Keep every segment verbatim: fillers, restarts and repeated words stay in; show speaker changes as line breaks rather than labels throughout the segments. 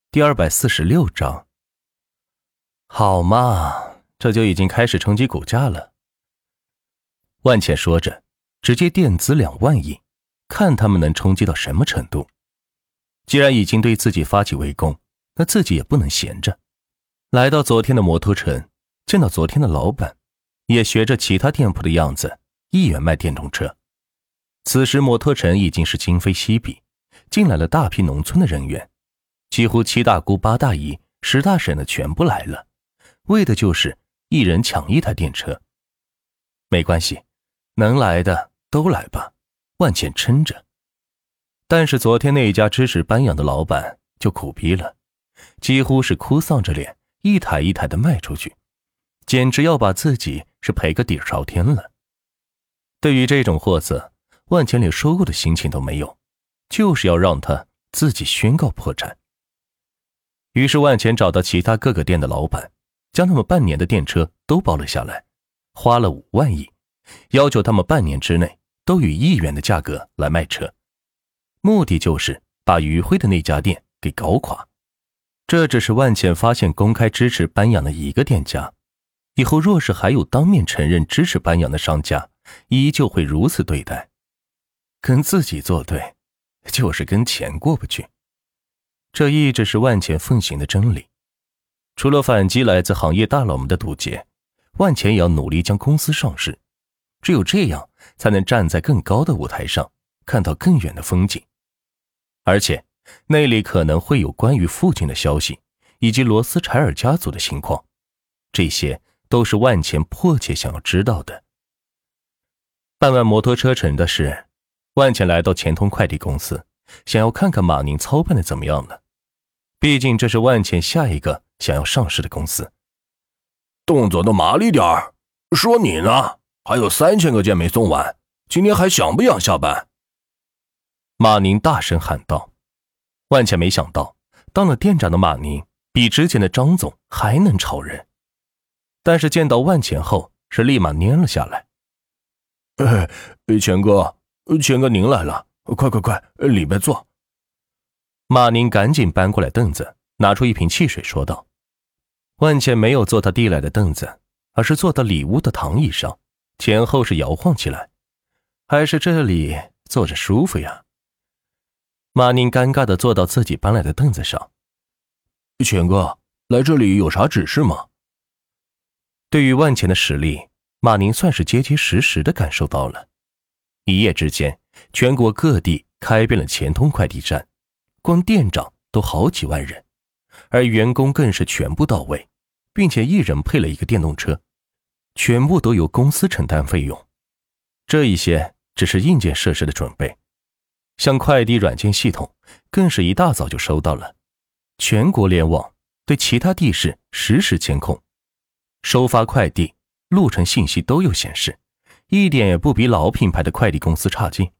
第二百四十六章。好嘛，这就已经开始冲击股价了。万茜说着，直接垫资两万亿，看他们能冲击到什么程度。既然已经对自己发起围攻，那自己也不能闲着。来到昨天的摩托城，见到昨天的老板，也学着其他店铺的样子，一元卖电动车。此时摩托城已经是今非昔比，进来了大批农村的人员，几乎七大姑八大姨十大婶的全部来了，为的就是一人抢一台电车。没关系，能来的都来吧，万茜撑着。但是昨天那一家支持班养的老板就苦逼了，几乎是哭丧着脸一台一台的卖出去，简直要把自己是赔个底朝天了。对于这种货色，万茜连收购的心情都没有，就是要让他自己宣告破产。于是万茜找到其他各个店的老板，将他们半年的电车都包了下来，花了五万亿，要求他们半年之内都以一元的价格来卖车，目的就是把余辉的那家店给搞垮。这只是万茜发现公开支持班养的一个店家，以后若是还有当面承认支持班养的商家，依旧会如此对待。跟自己作对，就是跟钱过不去。这一直是万茜奉行的真理。除了反击来自行业大佬们的堵截，万茜也要努力将公司上市，只有这样才能站在更高的舞台上，看到更远的风景。而且那里可能会有关于父亲的消息，以及罗斯柴尔家族的情况，这些都是万茜迫切想要知道的。办完摩托车城的事，万茜来到钱通快递公司，想要看看马宁操办的怎么样了。毕竟这是万茜下一个想要上市的公司。
动作都麻利点儿，说你呢，还有三千个件没送完，今天还想不想下班？
马宁大声喊道。万茜没想到，当了店长的马宁比之前的张总还能吵人，但是见到万茜后是立马蔫了下来。
哎，钱哥，钱哥您来了，快快快，里边坐。
马宁赶紧搬过来凳子，拿出一瓶汽水说道。万茜没有坐他递来的凳子，而是坐到里屋的躺椅上，前后是摇晃起来。还是这里坐着舒服呀。马宁尴尬地坐到自己搬来的凳子上。
钱哥，来这里有啥指示吗？
对于万茜的实力，马宁算是结结实实地感受到了。一夜之间，全国各地开遍了钱通快递站，光店长都好几万人，而员工更是全部到位，并且一人配了一个电动车，全部都由公司承担费用。这一些只是硬件设施的准备，像快递软件系统更是一大早就收到了，全国联网对其他地市实时监控，收发快递路程信息都有显示，一点也不比老品牌的快递公司差劲。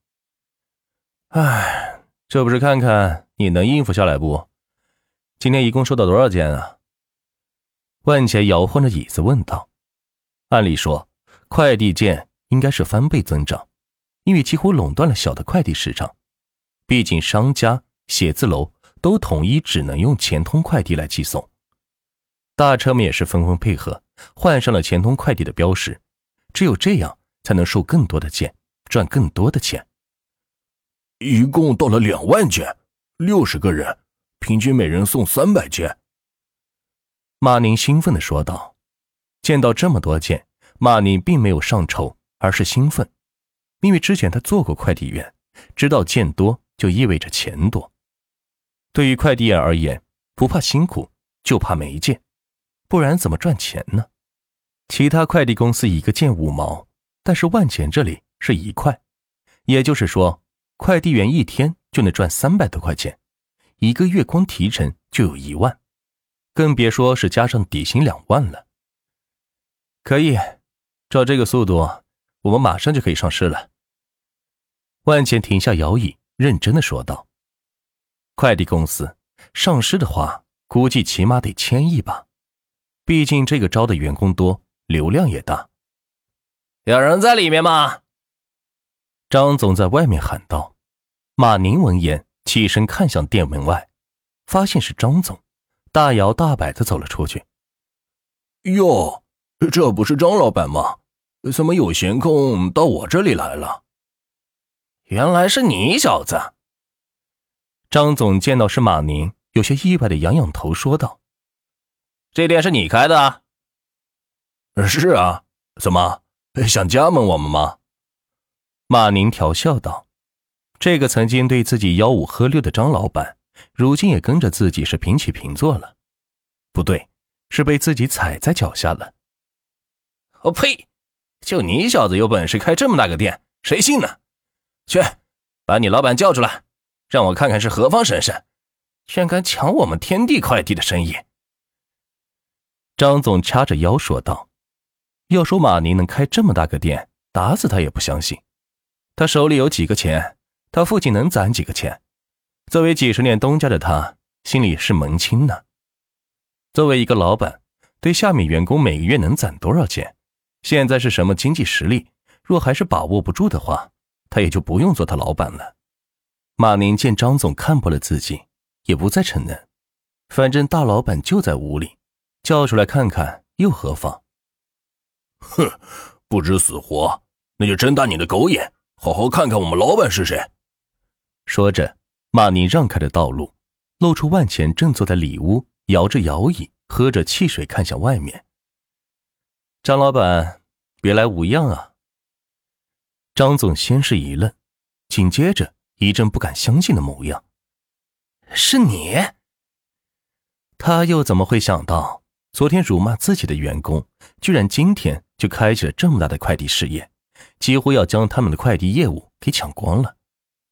唉，这不是看看你能应付下来不？今天一共收到多少件啊？万茜摇晃着椅子问道。按理说，快递件应该是翻倍增长，因为几乎垄断了小的快递市场。毕竟商家、写字楼都统一只能用钱通快递来寄送。大车们也是纷纷配合，换上了钱通快递的标识，只有这样才能收更多的件，赚更多的钱。
一共到了两万件，六十个人，平均每人送三百件。
马宁兴奋地说道。见到这么多件，马宁并没有上愁，而是兴奋，因为之前他做过快递员，知道件多就意味着钱多。对于快递员而言，不怕辛苦，就怕没件，不然怎么赚钱呢？其他快递公司一个件五毛，但是万茜这里是一块，也就是说快递员一天就能赚三百多块钱，一个月光提成就有一万，更别说是加上底薪两万了。可以，照这个速度，我们马上就可以上市了。万茜停下摇椅，认真地说道。快递公司上市的话，估计起码得千亿吧，毕竟这个招的员工多，流量也大。
有人在里面吗？
张总在外面喊道。马宁闻言起身看向店门外， 发现是张总，大摇大摆地走了出去。
哟，这不是张老板吗？怎么有闲空到我这里来了？
原来是你小子。
张总见到是马宁，有些意外地仰仰头说道：
这店是你开的啊？
是啊，怎么想加盟我们吗？
马宁调笑道。这个曾经对自己吆五喝六的张老板，如今也跟着自己是平起平坐了。不对，是被自己踩在脚下了。
我呸！就你小子有本事开这么大个店，谁信呢？去，把你老板叫出来，让我看看是何方神圣，居然敢抢我们天地快递的生意。
张总掐着腰说道。要说马宁能开这么大个店，打死他也不相信。他手里有几个钱，他父亲能攒几个钱。作为几十年东家的他，心里是门清呢。作为一个老板，对下面员工每个月能攒多少钱，现在是什么经济实力，若还是把握不住的话，他也就不用做他老板了。马宁见张总看破了自己，也不再逞能，反正大老板就在屋里，叫出来看看又何妨。
哼，不知死活，那就睁大你的狗眼，好好看看我们老板是谁。
说着，马宁让开了道路，露出万钱正坐在里屋，摇着摇椅，喝着汽水，看向外面。张老板，别来无恙啊。张总先是一愣，紧接着一阵不敢相信的模样。
是你？
他又怎么会想到，昨天辱骂自己的员工，居然今天就开启了这么大的快递事业，几乎要将他们的快递业务给抢光了。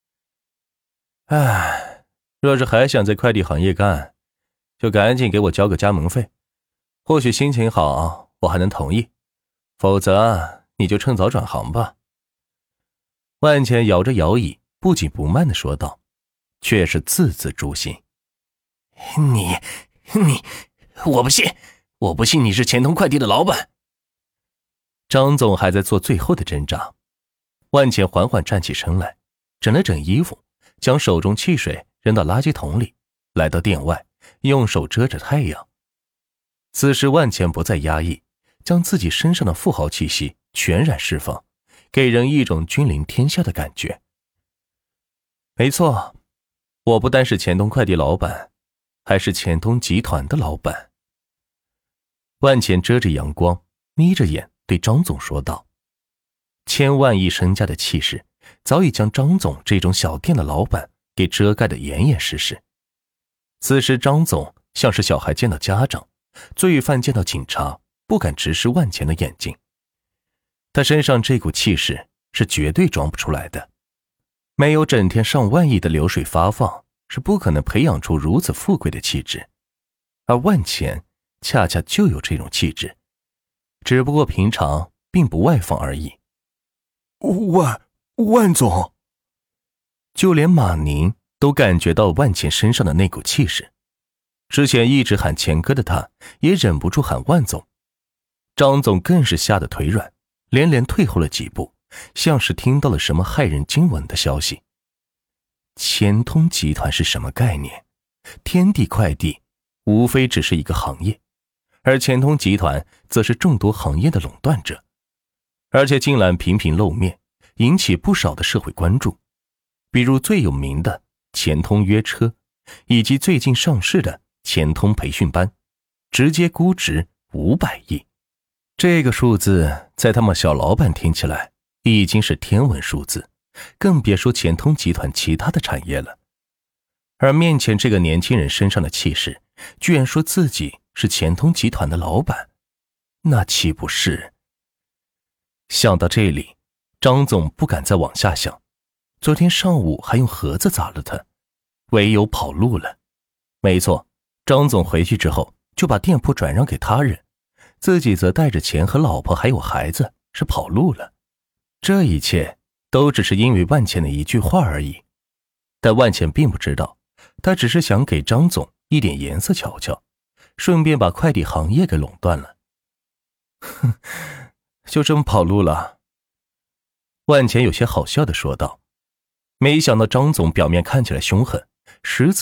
唉，若是还想在快递行业干，就赶紧给我交个加盟费，或许心情好，我还能同意，否则你就趁早转行吧。万茜摇着摇椅，不紧不慢地说道，却是字字诛心。
你你我不信，我不信你是钱通快递的老板。
张总还在做最后的挣扎。万茜缓缓站起身来，整了整衣服，将手中汽水扔到垃圾桶里，来到店外，用手遮着太阳。此时万茜不再压抑，将自己身上的富豪气息全然释放，给人一种君临天下的感觉。没错，我不单是钱通快递老板，还是钱通集团的老板。万茜遮着阳光，眯着眼对张总说道。千万亿身家的气势早已将张总这种小店的老板给遮盖得严严实实。此时张总像是小孩见到家长，罪犯见到警察，不敢直视万茜的眼睛。他身上这股气势是绝对装不出来的，没有整天上万亿的流水发放，是不可能培养出如此富贵的气质。而万茜恰恰就有这种气质，只不过平常并不外放而已。
万万总，
就连马宁都感觉到万茜身上的那股气势。之前一直喊钱哥的他，也忍不住喊万总。张总更是吓得腿软，连连退后了几步，像是听到了什么骇人惊闻的消息。钱通集团是什么概念？天地快递无非只是一个行业，而钱通集团则是众多行业的垄断者，而且竟然频频露面，引起不少的社会关注。比如最有名的钱通约车，以及最近上市的钱通培训班，直接估值五百亿。这个数字在他们小老板听起来已经是天文数字，更别说钱通集团其他的产业了。而面前这个年轻人身上的气势，居然说自己是钱通集团的老板，那岂不是……想到这里，张总不敢再往下想。昨天上午还用盒子砸了他，唯有跑路了。没错，张总回去之后就把店铺转让给他人，自己则带着钱和老婆还有孩子是跑路了。这一切都只是因为万茜的一句话而已。但万茜并不知道，他只是想给张总一点颜色瞧瞧，顺便把快递行业给垄断了。哼，就这么跑路了？万茜有些好笑地说道。没想到张总表面看起来凶狠，实则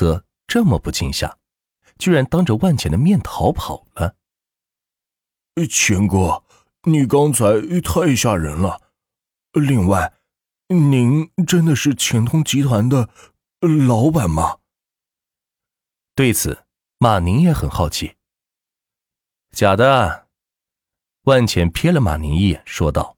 这么不惊吓，居然当着万茜的面逃跑了。
钱哥，你刚才太吓人了。另外，您真的是钱通集团的老板吗？
对此，马宁也很好奇。假的。万茜瞥了马宁一眼，说道。